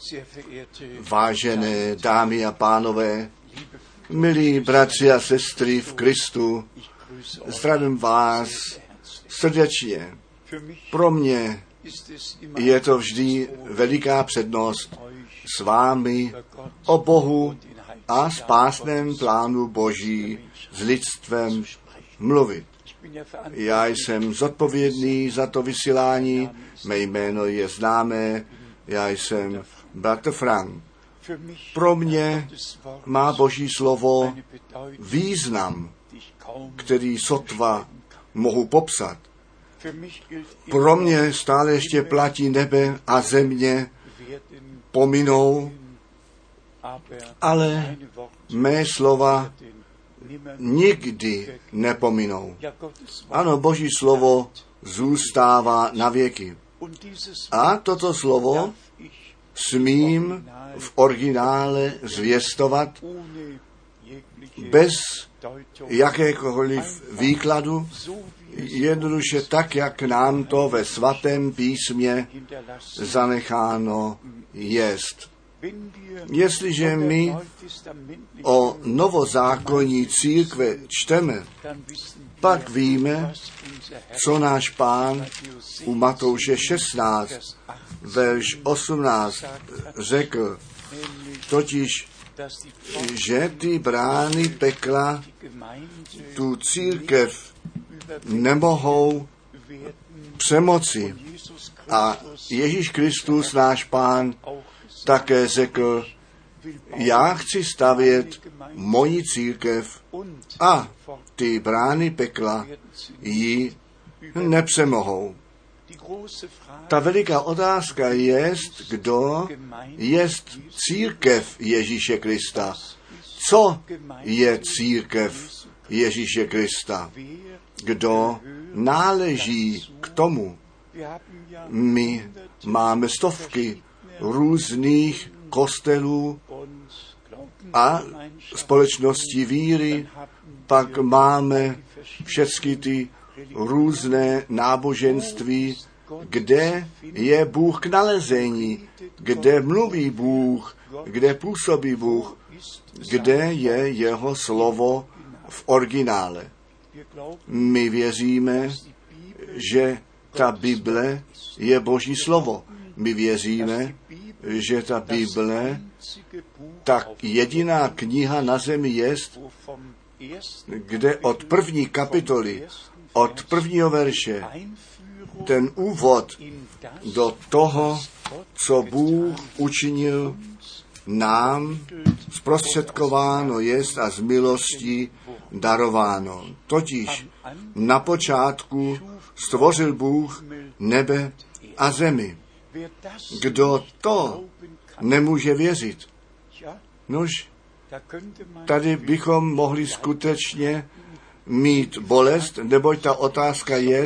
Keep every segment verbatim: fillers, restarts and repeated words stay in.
Vážené dámy a pánové, milí bratři a sestry v Kristu, zdravím vás srdečně. Pro mě je to vždy veliká přednost s vámi o Bohu a spásném plánu Boží s lidstvem mluvit. Já jsem zodpovědný za to vysílání, mé jméno je známé, já jsem bratr Frank. Pro mě má Boží slovo význam, který sotva mohu popsat. Pro mě stále ještě platí nebe a země pominou, ale mé slova nikdy nepominou. Ano, Boží slovo zůstává na věky. A toto slovo smím v originále zvěstovat bez jakékoliv výkladu, jednoduše tak, jak nám to ve svatém písmě zanecháno jest. Jestliže my o novozákonní církve čteme, pak víme, co náš Pán u Matouše šestnáct, verš osmnáct řekl, totiž, že ty brány pekla tu církev nemohou přemoci. A Ježíš Kristus, náš Pán, také řekl, já chci stavět moji církev a ty brány pekla ji nepřemohou. Ta veliká otázka je, kdo jest církev Ježíše Krista. Co je církev Ježíše Krista? Kdo náleží k tomu? My máme stovky různých kostelů a společnosti víry, pak máme všechny ty různé náboženství, kde je Bůh k nalezení, kde mluví Bůh, kde působí Bůh, kde je jeho slovo v originále. My věříme, že ta Bible je Boží slovo. My věříme, že ta Bible, tak jediná kniha na zemi jest, kde od první kapitoly, od prvního verše, ten úvod do toho, co Bůh učinil nám, zprostředkováno jest a z milostí darováno. Totiž na počátku stvořil Bůh nebe a zemi. Kdo to nemůže věřit? Nož, tady bychom mohli skutečně mít bolest, neboť ta otázka je,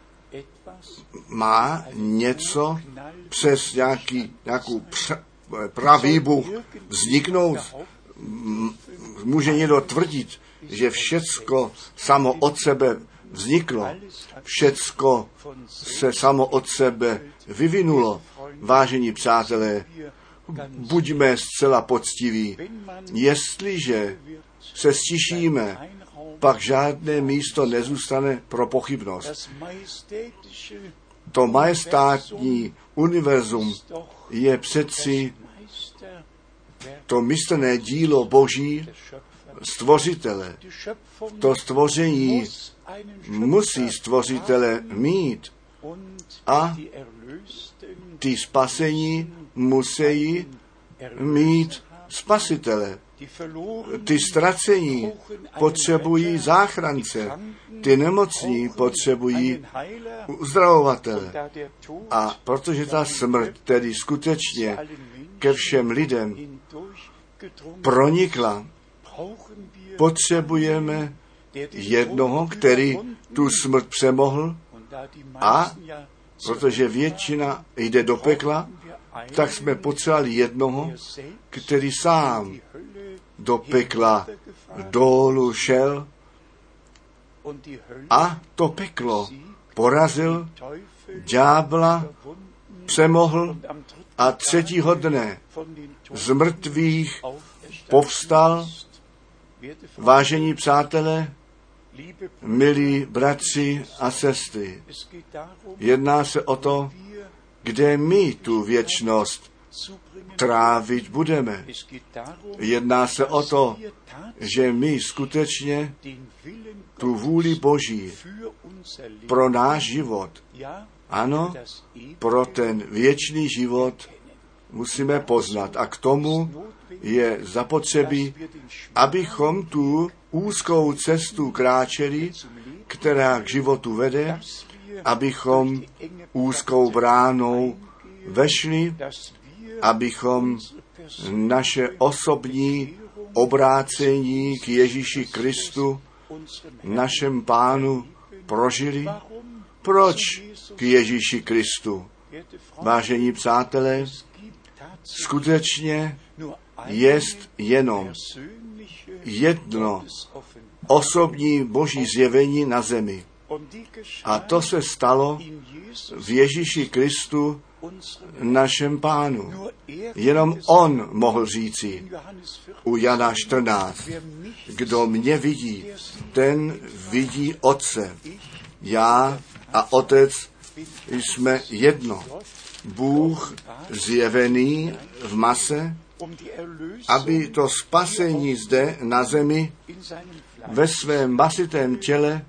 má něco přes nějaký, nějakou pravýbuch vzniknout? Může někdo tvrdit, že všecko samo od sebe vzniklo, všecko se samo od sebe vyvinulo. Vážení přátelé, buďme zcela poctiví. Jestliže se stišíme, pak žádné místo nezůstane pro pochybnost. To majestátní univerzum je přeci to mistrné dílo Boží stvořitele. To stvoření musí stvořitele mít a ty spasení musí mít spasitele. Ty ztracení potřebují záchrance, ty nemocní potřebují uzdravovatele. A protože ta smrt tedy skutečně ke všem lidem pronikla, potřebujeme jednoho, který tu smrt přemohl, a protože většina jde do pekla, tak jsme potřebovali jednoho, který sám do pekla dolů šel a to peklo porazil, ďábla přemohl a třetího dne z mrtvých povstal. Vážení přátelé, milí bratři a sestry, jedná se o to, kde my tu věčnost trávit budeme. Jedná se o to, že my skutečně tu vůli Boží pro náš život, ano, pro ten věčný život musíme poznat. A k tomu je zapotřebí, abychom tu úzkou cestu kráčeli, která k životu vede, abychom úzkou bránou vešli, abychom naše osobní obrácení k Ježíši Kristu, našem Pánu, prožili. Proč k Ježíši Kristu? Vážení přátelé, skutečně jest jenom jedno osobní Boží zjevení na zemi. A to se stalo v Ježíši Kristu, našem Pánu. Jenom on mohl říci u Jana čtrnáct, kdo mě vidí, ten vidí Otce. Já a Otec jsme jedno. Bůh zjevený v mase, aby to spasení zde na zemi ve svém masitém těle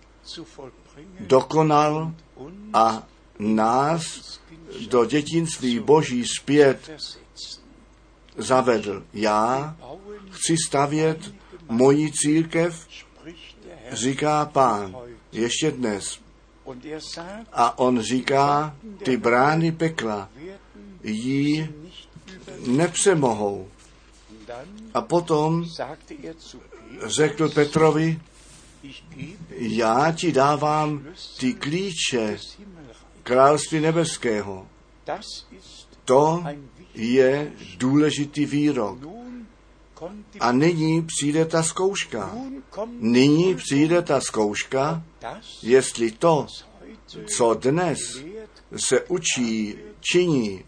dokonal a nás do dětinství Boží zpět zavedl. Já chci stavět moji církev, říká Pán, ještě dnes. A on říká, ty brány pekla jí nepřemohou. A potom řekl Petrovi, já ti dávám ty klíče království nebeského. To je důležitý výrok. A nyní přijde ta zkouška. Nyní přijde ta zkouška, jestli to, co dnes se učí, činí,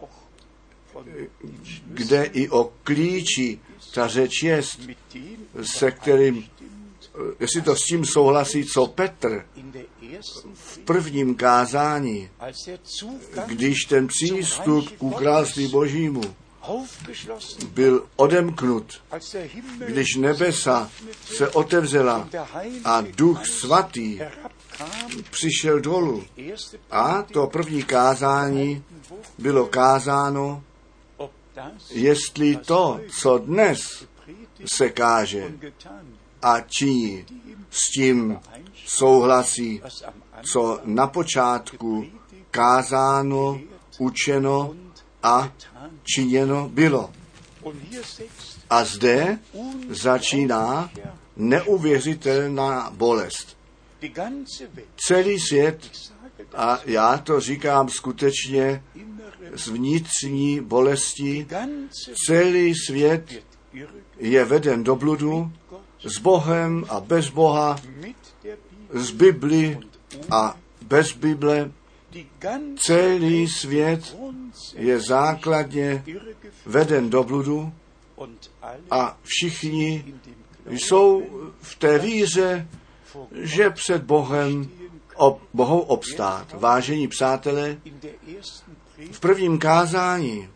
kde i o klíči ta řeč jest, se kterým, jestli to s tím souhlasí, co Petr v prvním kázání, když ten přístup ku království Božímu byl odemknut, když nebesa se otevřela a Duch Svatý přišel dolů. A to první kázání bylo kázáno, jestli to, co dnes se káže a činí, s tím souhlasí, co na počátku kázáno, učeno a činěno bylo. A zde začíná neuvěřitelná bolest. Celý svět, a já to říkám skutečně s vnitřní bolestí, celý svět je veden do bludu s Bohem a bez Boha, z Bibli a bez Bible. Celý svět je základně veden do bludu a všichni jsou v té víře, že před Bohem ob, mohou obstát. Vážení přátelé, v prvním kázání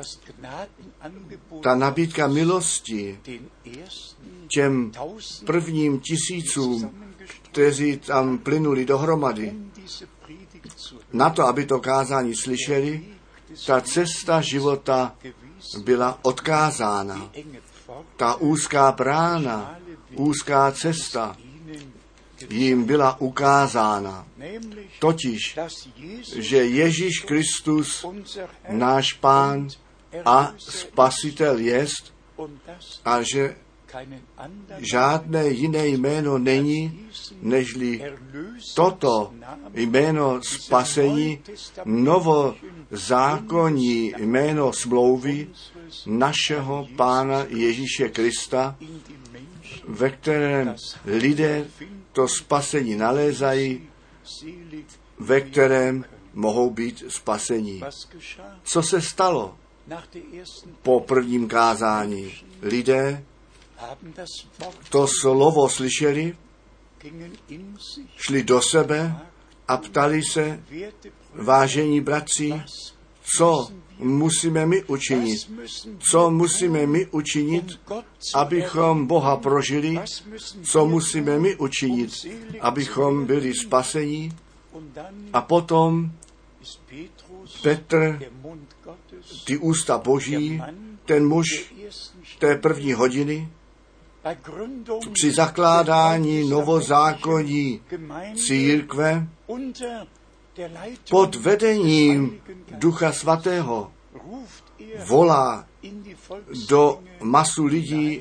ta nabídka milosti těm prvním tisícům, kteří tam plynuli dohromady, na to, aby to kázání slyšeli, ta cesta života byla odkázána. Ta úzká brána, úzká cesta jim byla ukázána. Totiž, že Ježíš Kristus, náš Pán a Spasitel jest a že žádné jiné jméno není, nežli toto jméno spasení, novozákonní jméno smlouvy našeho Pána Ježíše Krista, ve kterém lidé to spasení nalézají, ve kterém mohou být spasení. Co se stalo po prvním kázání? Lidé to slovo slyšeli, šli do sebe a ptali se, vážení bratři, co musíme my učinit? Co musíme my učinit, abychom Boha prožili? Co musíme my učinit, abychom byli spaseni? A potom Petr, ty ústa Boží, ten muž té první hodiny, při zakládání novozákonní církve pod vedením Ducha Svatého volá do masu lidí,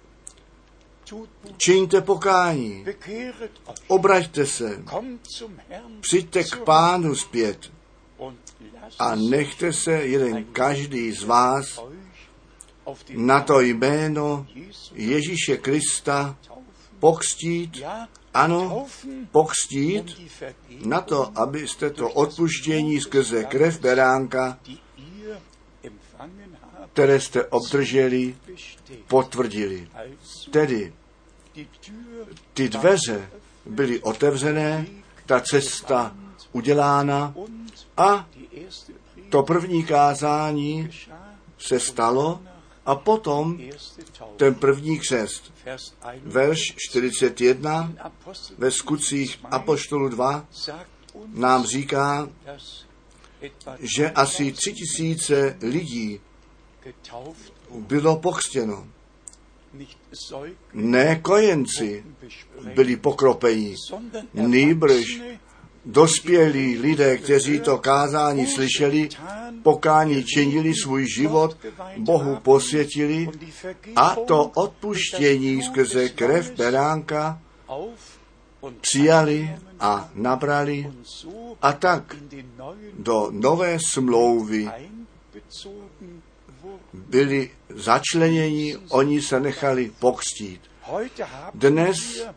čiňte pokání, obraťte se, přijďte k Pánu zpět a nechte se jeden každý z vás na to jméno Ježíše Krista pokřtít, ano, pokřtít na to, abyste to odpuštění skrze krev beránka, které jste obdrželi, potvrdili. Tedy ty dveře byly otevřené, ta cesta udělána a to první kázání se stalo a potom ten první křest. Verš čtyřicet jedna ve Skutcích apoštolů dva nám říká, že asi tři tisíce lidí bylo pokřtěno. Ne kojenci byli pokropeni, nýbrž dospělí lidé, kteří to kázání slyšeli, pokání činili, svůj život Bohu posvětili a to odpuštění skrze krev beránka přijali a nabrali a tak do nové smlouvy byli začleněni, oni se nechali pokřtít. Dnes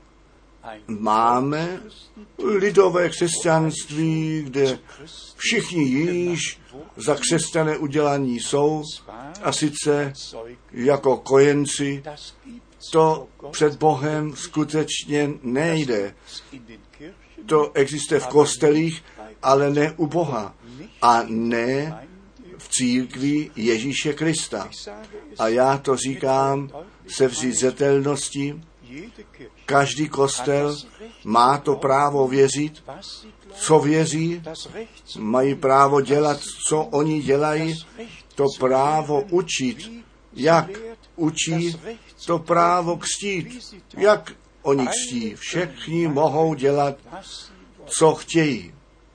máme lidové křesťanství, kde všichni již za křesťané udělaní jsou a sice jako kojenci. To před Bohem skutečně nejde. To existuje v kostelích, ale ne u Boha a ne v církvi Ježíše Krista. A já to říkám se vší zřetelností. Každý kostel má to právo věřit, co věří, mají právo dělat, co oni dělají, to právo učit, jak učí, to právo křtít, jak oni křtí. Všichni mohou dělat, co chtějí.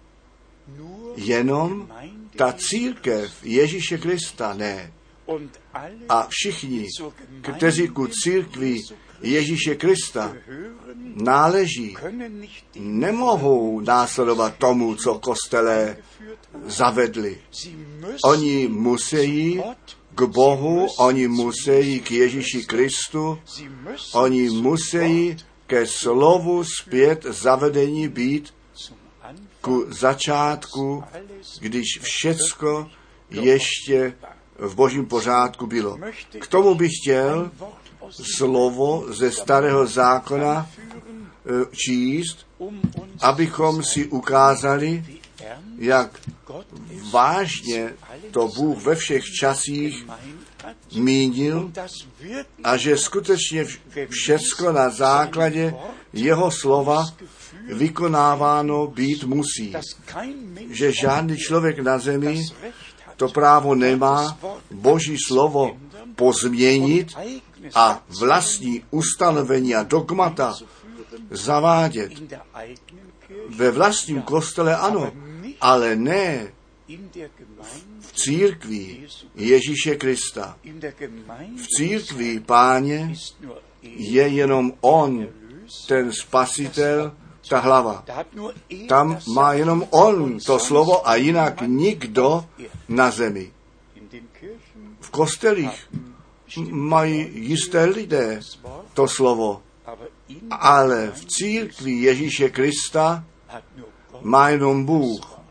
Jenom ta církev Ježíše Krista ne. A všichni, kteří ku církvi Ježíše Krista náleží, nemohou následovat tomu, co kostelé zavedli. Oni musí k Bohu, oni musí k Ježíši Kristu, oni musí ke slovu zpět zavedení být ku začátku, když všecko ještě v Božím pořádku bylo. K tomu bych chtěl slovo ze Starého zákona číst, abychom si ukázali, jak vážně to Bůh ve všech časích mínil a že skutečně všecko na základě jeho slova vykonáváno být musí. Že žádný člověk na zemi to právo nemá Boží slovo pozměnit a vlastní ustanovení a dogmata zavádět. Ve vlastním kostele ano, ale ne v církvi Ježíše Krista. V církvi Páně je jenom On, ten spasitel, ta hlava. Tam má jenom On to slovo a jinak nikdo na zemi. V kostelích mají jisté lidé to slovo, ale v církvi Ježíše Krista má jenom Bůh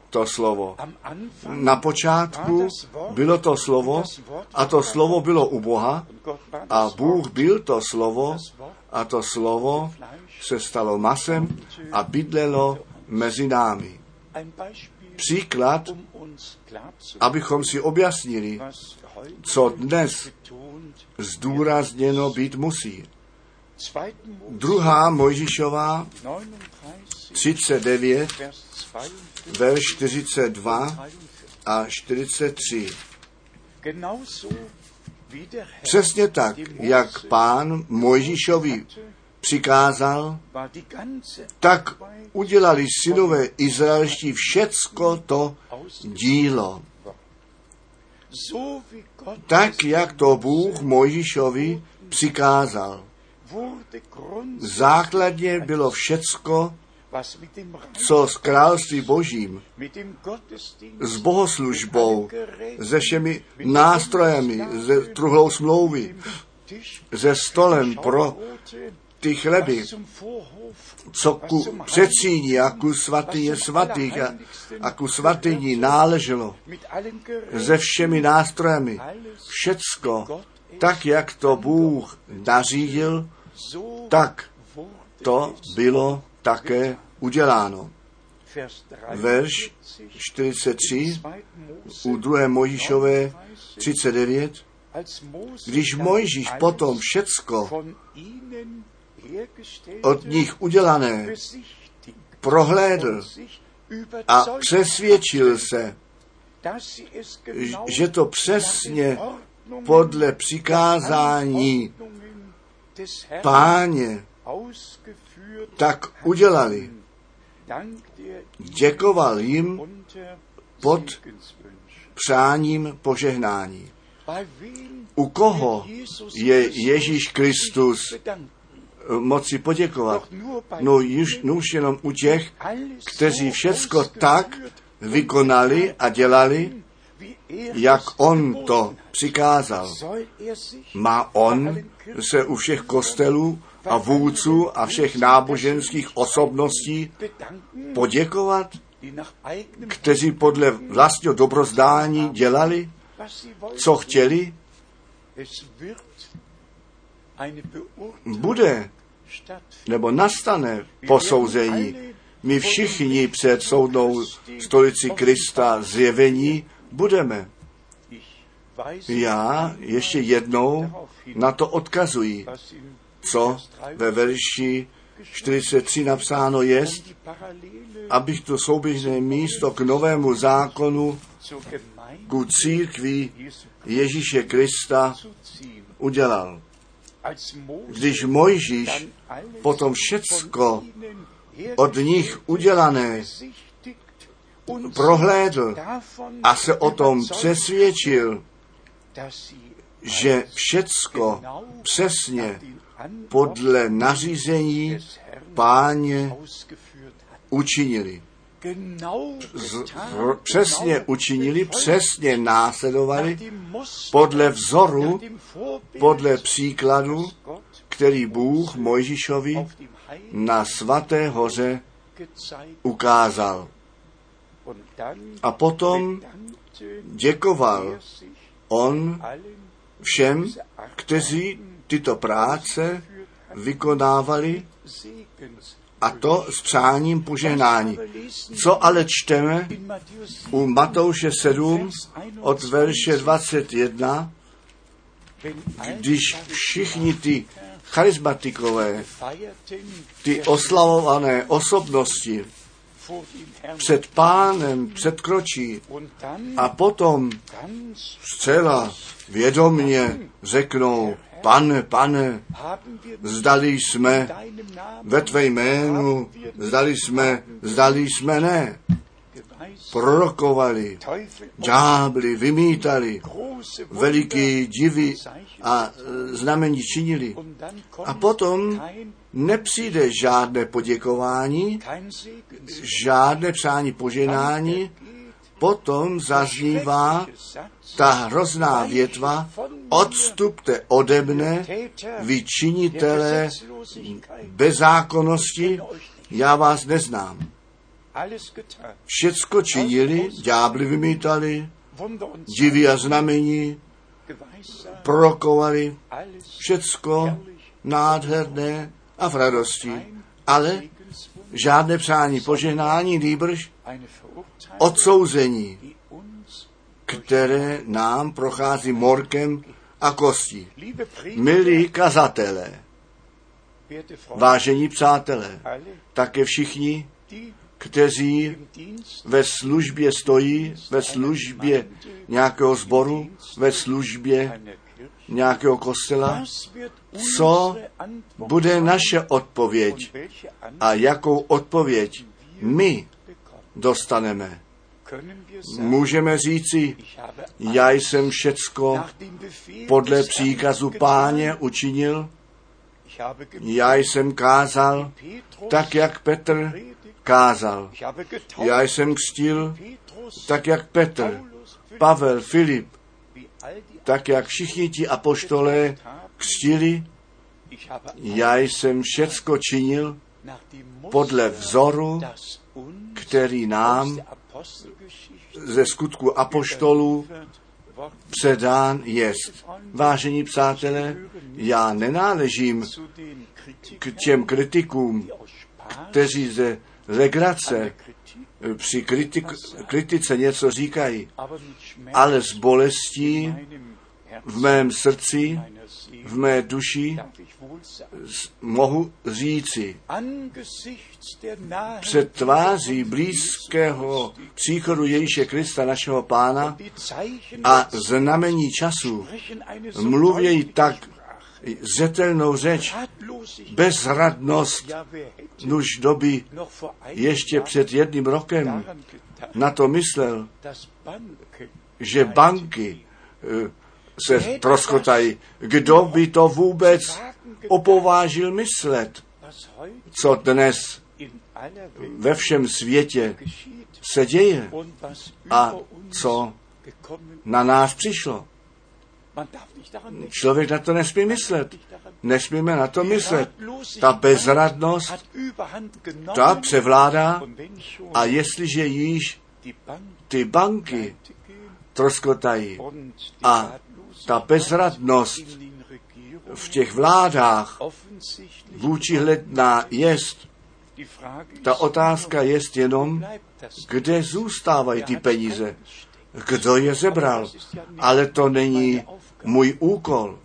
to slovo. Na počátku bylo to slovo a to slovo bylo u Boha a Bůh byl to slovo a to slovo se stalo masem a bydlelo mezi námi. Příklad, abychom si objasnili, co dnes zdůrazněno být musí. Druhá Mojžíšová třicet devět, verš čtyřicet dva a čtyřicet tři. Přesně tak, jak Pán Mojžíšovi přikázal, tak udělali synové izraelští všecko to dílo. Tak, jak to Bůh Mojžíšovi přikázal. Základně bylo všecko, co s království božím, s bohoslužbou, se všemi nástrojemi, se truhlou smlouvy, se stolem pro ty chleby, co ku předsíni a ku svatyni svatých a, a ku svatyni náleželo, se všemi nástrojemi, všecko, tak, jak to Bůh nařídil, tak to bylo také uděláno. Verš čtyřicet tři u druhé Mojžíšové třicet devět. Když Mojžíš potom všecko od nich udělané prohlédl a přesvědčil se, že to přesně podle přikázání Páně tak udělali. Děkoval jim pod přáním požehnání. U koho je Ježíš Kristus moci poděkovat? No už, no už jenom u těch, kteří všecko tak vykonali a dělali, jak on to přikázal. Má on se u všech kostelů a vůdců a všech náboženských osobností poděkovat, kteří podle vlastního dobrozdání dělali, co chtěli? Bude nebo nastane posouzení. My všichni před soudnou stolici Krista zjevení budeme. Já ještě jednou na to odkazuji, co ve verši čtyřicet tři napsáno jest, abych to souběžné místo k novému zákonu, ku církvi Ježíše Krista udělal. Když Mojžíš potom všecko od nich udělané prohlédl a se o tom přesvědčil, že všecko přesně podle nařízení Páně učinili. Z, přesně učinili, přesně následovali podle vzoru, podle příkladu, který Bůh Mojžíšovi na svaté hoře ukázal. A potom děkoval on všem, kteří tyto práce vykonávali, a to s přáním požehnání. Co ale čteme u Matouše sedm od verše dvacet jedna, když všichni ty charismatikové, ty oslavované osobnosti před Pánem předkročí a potom zcela vědomně řeknou: Pane, Pane, zdali jsme ve tvé jménu, zdali jsme, zdali jsme ne. Prorokovali, ďábli, vymítali, veliký divy a znamení činili. A potom nepřijde žádné poděkování, žádné přání poženání, potom zaznívá ta hrozná větva: odstupte ode mne, vy činitelé bezzákonnosti, já vás neznám. Všecko činili, ďábly vymítali, divy a znamení, prorokovali, všecko nádherné a v radosti. Ale žádné přání požehnání, nýbrž odsouzení, které nám prochází morkem a kostí. Milí kazatelé, vážení přátelé, také všichni, kteří ve službě stojí, ve službě nějakého sboru, ve službě nějakého kostela, co bude naše odpověď a jakou odpověď my dostaneme. Můžeme říci, já jsem všecko podle příkazu Páně učinil, já jsem kázal tak, jak Petr kázal. Já jsem křtil tak, jak Petr, Pavel, Filip, tak, jak všichni ti apoštolé křtili. Já jsem všecko činil podle vzoru, který nám ze skutku apoštolů předán jest. Vážení přátelé, já nenáležím k těm kritikům, kteří ze legrace při kritik, kritice něco říkají, ale s bolestí v mém srdci, v mé duši mohu říci, před tváří blízkého příchodu Ježíše Krista, našeho Pána, a znamení času mluvějí tak zřetelnou řeč, bezradnost, nuž doby ještě před jedním rokem na to myslel, že banky se troskotají. Kdo by to vůbec opovážil myslet, co dnes ve všem světě se děje a co na nás přišlo. Člověk na to nesmí myslet. Nesmíme na to myslet. Ta bezradnost, ta převládá, a jestliže již ty banky troskotají a ta bezradnost v těch vládách vůči hledná jest, ta otázka jest jenom, kde zůstávají ty peníze, kdo je zebral. Ale to není můj úkol,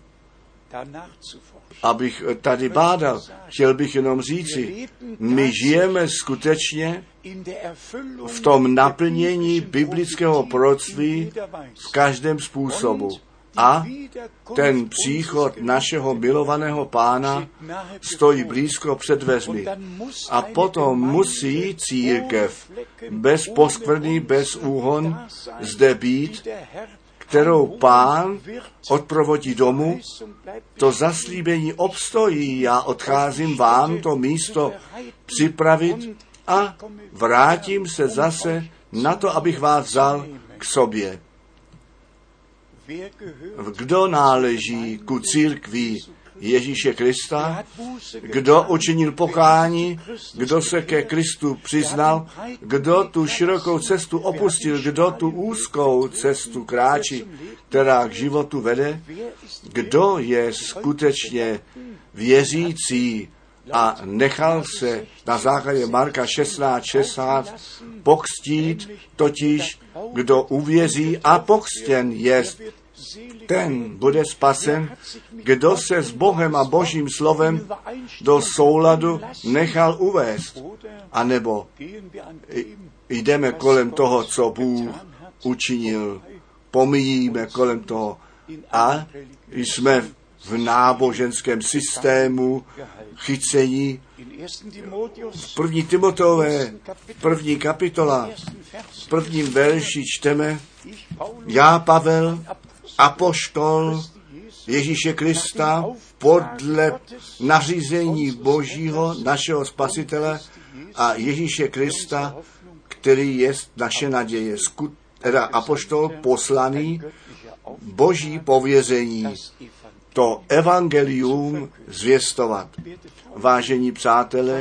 abych tady bádal. Chtěl bych jenom říci, my žijeme skutečně v tom naplnění biblického proroctví v každém způsobu. A ten příchod našeho milovaného Pána stojí blízko před dveřmi. A potom musí církev bez poskvrny, bez úhon zde být, kterou Pán odprovodí domů. To zaslíbení obstojí. Já odcházím vám to místo připravit a vrátím se zase na to, abych vás vzal k sobě. Kdo náleží ku církvi Ježíše Krista, kdo učinil pokání, kdo se ke Kristu přiznal, kdo tu širokou cestu opustil, kdo tu úzkou cestu kráčí, která k životu vede, kdo je skutečně věřící a nechal se na základě Marka šestnáct šestnáct pokřtít, totiž kdo uvěří a pokřtěn jest, ten bude spasen, kdo se s Bohem a Božím slovem do souladu nechal uvést. A nebo jdeme kolem toho, co Bůh učinil, pomíjíme kolem toho a jsme v náboženském systému chycení. V první Timoteové, první kapitola, v prvním verši čteme, já, Pavel, apoštol Ježíše Krista, podle nařízení Božího, našeho Spasitele, a Ježíše Krista, který je naše naděje. Skut, teda apoštol poslaný, Boží pověření, to evangelium zvěstovat. Vážení přátelé,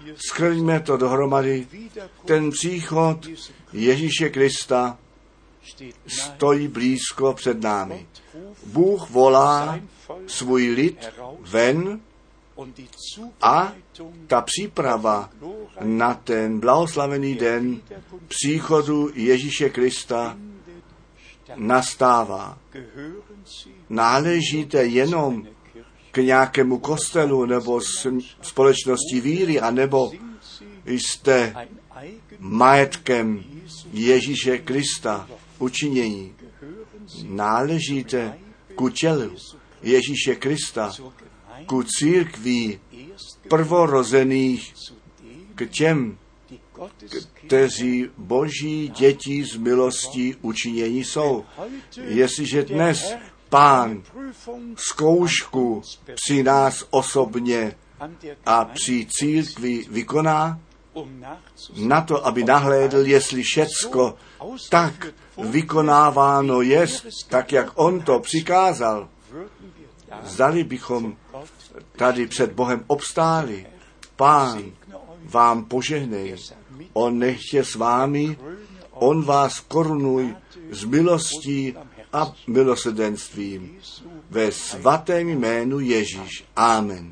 Skrňme to dohromady. Ten příchod Ježíše Krista stojí blízko před námi. Bůh volá svůj lid ven a ta příprava na ten blahoslavený den příchodu Ježíše Krista nastává. Náležíte jenom k nějakému kostelu nebo společnosti víry, anebo jste majetkem Ježíše Krista učinění. Náležíte ku tělu Ježíše Krista, ku církví prvorozených, k těm, kteří Boží děti z milostí učinění jsou. Jestliže dnes Pán zkoušku při nás osobně a při církvi vykoná, na to, aby nahlédl, jestli všecko tak vykonáváno je, tak jak on to přikázal, zdali bychom tady před Bohem obstáli. Pán vám požehnej, on nechtě s vámi, on vás korunuj s milostí a milosrdenstvím. Ve svatém jménu Ježíš. Amen.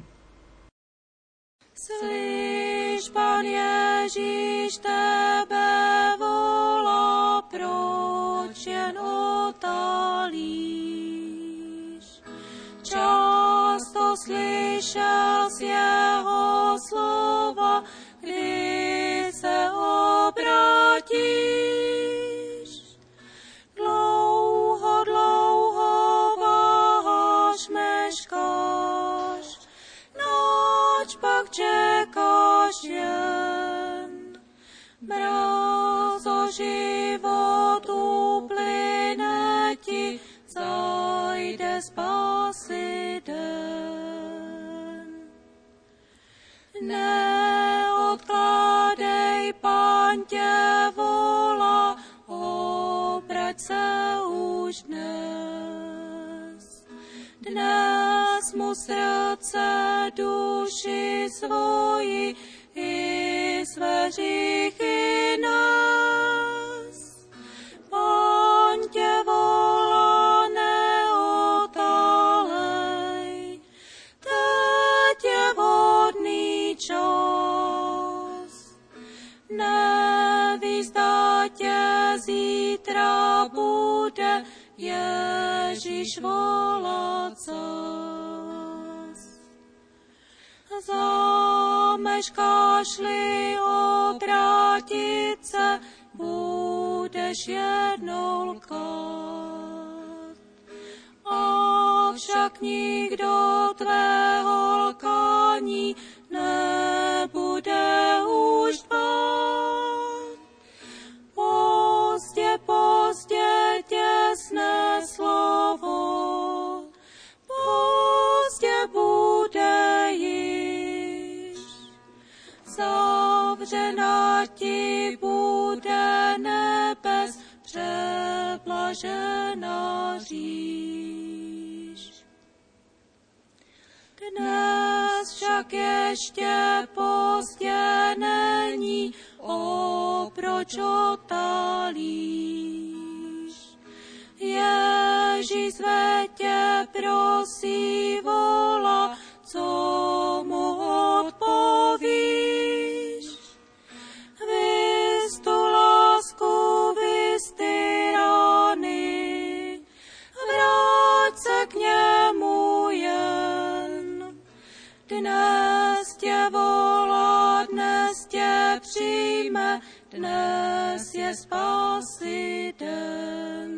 Slyš, Pán Ježíš, tebe volá, proč jen otálíš? Často slyšel z jeho slova, kdy se obrátíš. Dlouho, dlouho váháš, meškáš, noč pak čekáš jen. Brzo život uplyne ti, zajde spásy den. Neodkládej, Pán tě volá, obrať se už dnes. Dnes mu srdce, duši svoji i své hříchy nes. Pán tě volá, neotálej, teď je vhodný čas. Nevíš, zda tě zítra bude Ježíš volat zas. Zameškáš-li obrátit se, budeš jednou lkát. Avšak nikdo tvého lkání nebude už dbát. Pozdě, pozdě těsné slovo, pozdě bude již. Zavřena ti bude nebes, přeblažena říš. Dnes však ještě pozdě není, o proč otálíš. Ježíš zve tě, prosí, volá, co mu odpovíš. Vys tu lásku, vys ty rany, vrať se k němu jen. Dnes tě volá, dnes tě přijme, dnes je spásy den.